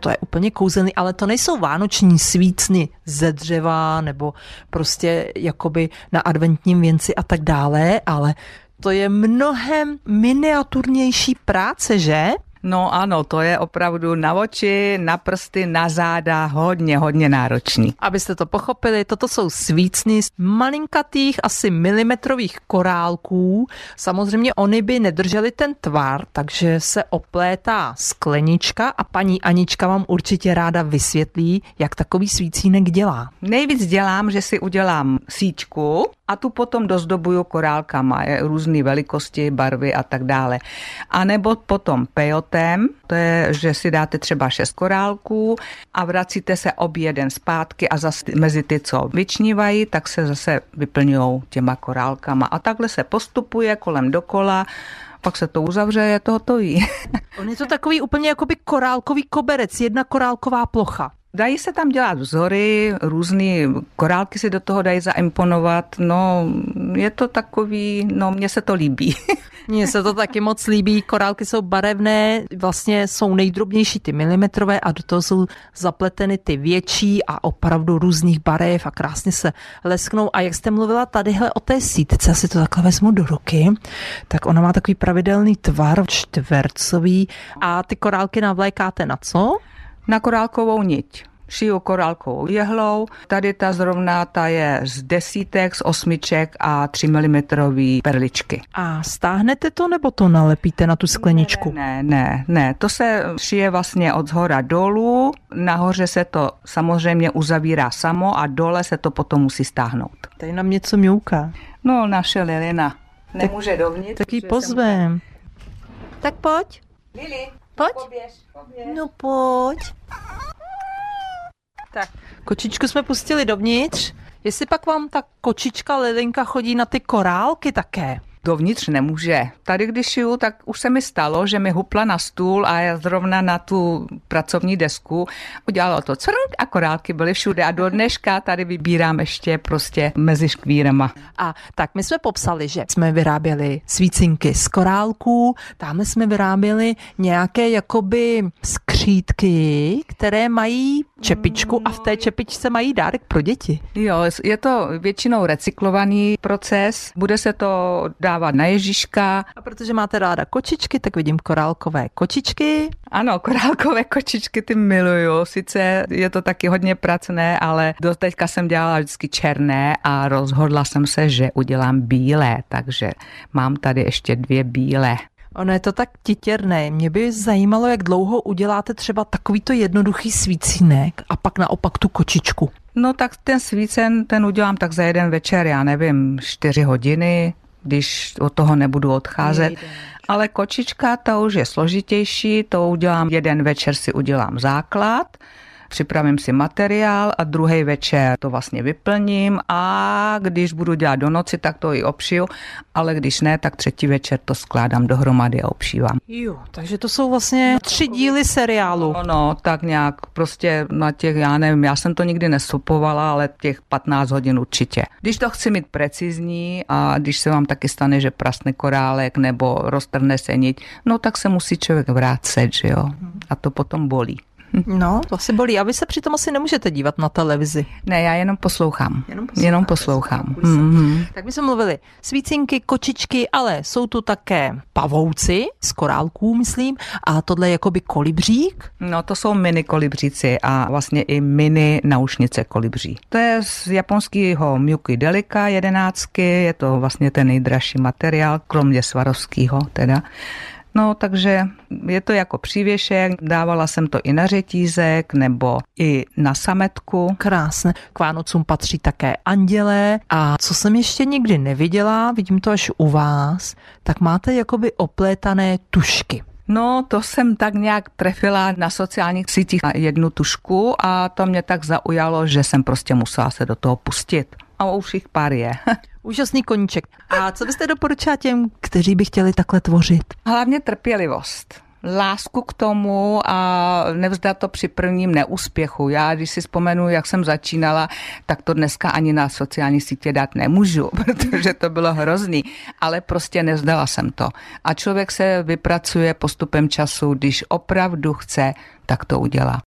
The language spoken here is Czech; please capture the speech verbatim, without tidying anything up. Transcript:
to je úplně kouzelný, ale to nejsou vánoční svícny ze dřeva nebo prostě jakoby na adventním věnci a tak dále, ale to je mnohem miniaturnější práce, že? No ano, to je opravdu na oči, na prsty, na záda, hodně, hodně náročný. Abyste to pochopili, toto jsou svícny z malinkatých, asi milimetrových korálků. Samozřejmě oni by nedrželi ten tvar, takže se oplétá sklenička a paní Anička vám určitě ráda vysvětlí, jak takový svícínek dělá. Nejvíc dělám, že si udělám síčku a tu potom dozdobuju korálkama, je různé velikosti, barvy a tak dále. A nebo potom pejotem, to je, že si dáte třeba šest korálků a vracíte se obě jeden zpátky a zase mezi ty, co vyčnívají, tak se zase vyplňují těma korálkama. A takhle se postupuje kolem dokola, pak se to uzavře, je to hotový. On je to takový úplně jakoby korálkový koberec, jedna korálková plocha. Dají se tam dělat vzory, různý korálky si do toho dají zaimponovat, no je to takový, no mně se to líbí. Mně se to taky moc líbí, korálky jsou barevné, vlastně jsou nejdrobnější ty milimetrové a do toho jsou zapleteny ty větší a opravdu různých barev a krásně se lesknou. A jak jste mluvila tadyhle o té sítce, si to takhle vezmu do ruky, tak ona má takový pravidelný tvar, čtvercový a ty korálky navlékáte na co? Na korálkovou niť. Šiju korálkovou jehlou. Tady ta zrovna ta je z desítek, z osmiček a tři milimetrové perličky. A stáhnete to nebo to nalepíte na tu skleničku? Ne, ne, ne. To se šije vlastně od zhora dolů. Nahoře se to samozřejmě uzavírá samo a dole se to potom musí stáhnout. Tady nám něco mňouká. No, naše Lilina. Nemůže dovnitř. Tak ji pozvem. Tak pojď. Lili, pojď. Poběž, poběž. No pojď. Tak, kočičku jsme pustili dovnitř. Jestli pak vám ta kočička Lilinka chodí na ty korálky také? Dovnitř nemůže. Tady, když šiju, tak už se mi stalo, že mi hupla na stůl a já zrovna na tu pracovní desku udělalo to crnk a korálky byly všude a do dneška tady vybírám ještě prostě mezi škvírama. A tak my jsme popsali, že jsme vyráběli svícinky z korálků, tamhle jsme vyráběli nějaké jakoby skřítky, které mají čepičku a v té čepičce mají dárek pro děti. Jo, je to většinou recyklovaný proces, bude se to dávat na Ježíška. A protože máte ráda kočičky, tak vidím korálkové kočičky. Ano, korálkové kočičky ty miluju, sice je to taky hodně pracné, ale doteďka jsem dělala vždycky černé a rozhodla jsem se, že udělám bílé, takže mám tady ještě dvě bílé. Ono je to tak titěrné. Mě by zajímalo, jak dlouho uděláte třeba takovýto jednoduchý svícínek a pak naopak tu kočičku. No tak ten svícen, ten udělám tak za jeden večer, já nevím, čtyři hodiny, když od toho nebudu odcházet. Nejde. Ale kočička, ta už je složitější, to udělám jeden večer, si udělám základ, připravím si materiál a druhý večer to vlastně vyplním a když budu dělat do noci, tak to i obšiju, ale když ne, tak třetí večer to skládám dohromady a obšívám. Jo, takže to jsou vlastně tři díly seriálu. No, no, tak nějak prostě na těch, já nevím, já jsem to nikdy nesupovala, ale těch patnáct hodin určitě. Když to chci mít precizní a když se vám taky stane, že prasne korálek nebo roztrhne se niť, no tak se musí člověk vrátit, že jo, a to potom bolí. No, to asi bolí. A vy se přitom asi nemůžete dívat na televizi. Ne, já jenom poslouchám. Jenom poslouchám. Jenom poslouchám. Mm-hmm. Tak my jsme mluvili svícinky, kočičky, ale jsou tu také pavouci z korálků, myslím. A tohle je jakoby kolibřík? No, to jsou mini kolibříci a vlastně i mini naušnice kolibří. To je z japonského Miyuki Delica jedenáctky, je to vlastně ten nejdražší materiál, kromě svarovského teda. No, takže je to jako přívěšek, dávala jsem to i na řetízek nebo i na sametku. Krásné. K Vánocům patří také andělé a co jsem ještě nikdy neviděla, vidím to až u vás, tak máte jakoby oplétané tušky. No, to jsem tak nějak trefila na sociálních sítích na jednu tušku a to mě tak zaujalo, že jsem prostě musela se do toho pustit. A už jich pár je. Úžasný koníček. A co byste doporučila těm, kteří by chtěli takhle tvořit? Hlavně trpělivost. Lásku k tomu a nevzdat to při prvním neúspěchu. Já, když si vzpomenu, jak jsem začínala, tak to dneska ani na sociální sítě dát nemůžu, protože to bylo hrozný, ale prostě nevzdala jsem to. A člověk se vypracuje postupem času, když opravdu chce, tak to udělá.